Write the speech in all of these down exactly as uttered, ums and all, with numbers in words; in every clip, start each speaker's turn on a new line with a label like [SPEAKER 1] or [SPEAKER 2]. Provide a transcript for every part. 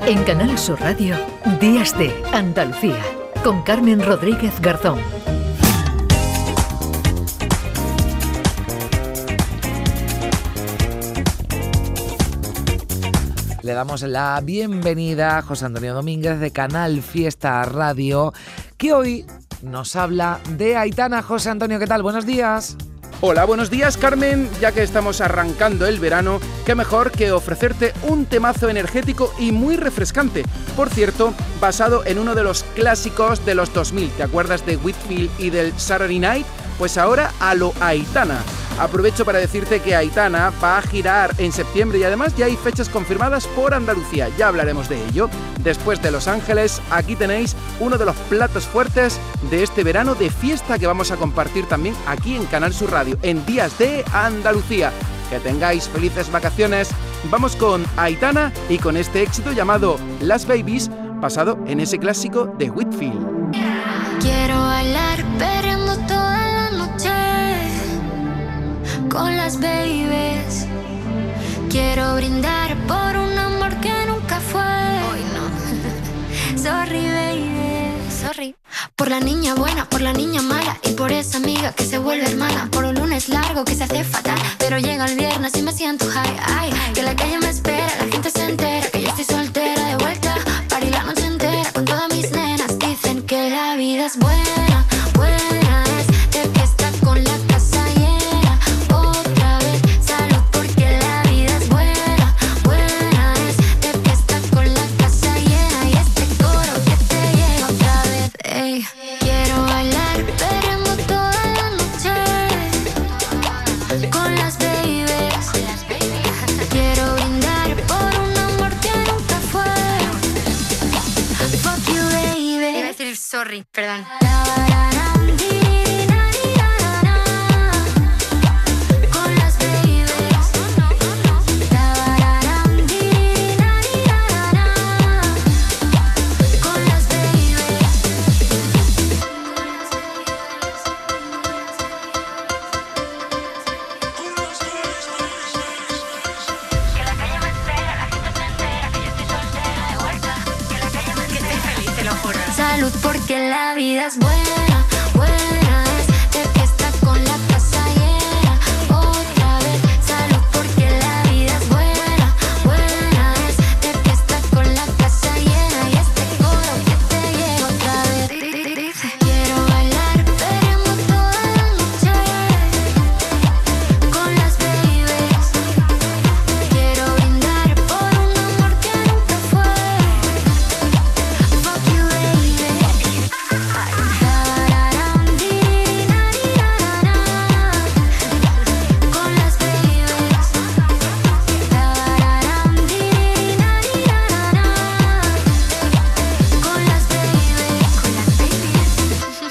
[SPEAKER 1] En Canal Sur Radio, Días de Andalucía, con Carmen Rodríguez Garzón.
[SPEAKER 2] Le damos la bienvenida a José Antonio Domínguez de Canal Fiesta Radio, que hoy nos habla de Aitana. José Antonio, ¿qué tal? Buenos días.
[SPEAKER 3] Hola, buenos días, Carmen. Ya que estamos arrancando el verano, qué mejor que ofrecerte un temazo energético y muy refrescante. Por cierto, basado en uno de los clásicos de los dos mil. ¿Te acuerdas de Whitfield y del Saturday Night? Pues ahora a lo Aitana. Aprovecho para decirte que Aitana va a girar en septiembre y además ya hay fechas confirmadas por Andalucía. Ya hablaremos de ello. Después de Los Ángeles, aquí tenéis uno de los platos fuertes de este verano de fiesta que vamos a compartir también aquí en Canal Sur Radio, en Días de Andalucía. Que tengáis felices vacaciones. Vamos con Aitana y con este éxito llamado Las Babies, basado en ese clásico de Whitfield.
[SPEAKER 4] Quiero bailar perreando toda la noche con las babies. Quiero brindar por un amor que nunca fue. Hoy no. Sorry, baby. Sorry. Por la niña buena, por la niña mala y por esa amiga que se vuelve hermana. Por un lunes largo que se hace fatal, pero llega el viernes y me siento high. Ay, que la calle me espera, la gente se entera que yo estoy soltera de vuelta. Party la noche entera con todas mis nenas. Dicen que la vida es buena, buena es de fiesta con la casa llena. Otra vez, salud porque la vida es buena, buena es de fiesta con la casa llena. Y este coro que te llega otra vez, ey. Quiero bailar, perreando toda la noche con las babies. Quiero brindar por un amor que nunca fue. Fuck you, baby. Iba a decir sorry, perdón. Con las babies. Con las babies. Que la calle me espera, la gente se entera que yo estoy soltera de vuelta. Que la calle me espera, estoy feliz, te lo juro. Salud porque la vida es buena, buena es de fiesta con la casa llena. Otra vez, salud porque la vida es buena, buena es de fiesta con la casa llena. Y este coro que te llega otra vez, dice: quiero bailar, perreando toda la noche con las babies. Quiero brindar por un amor que nunca fue. Fuck you, baby. Con las babies. Con las babies. Con las babies.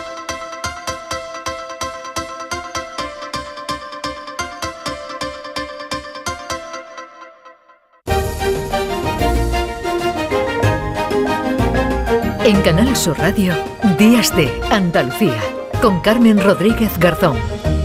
[SPEAKER 1] En Canal Sur Radio, Días de Andalucía, con Carmen Rodríguez Garzón.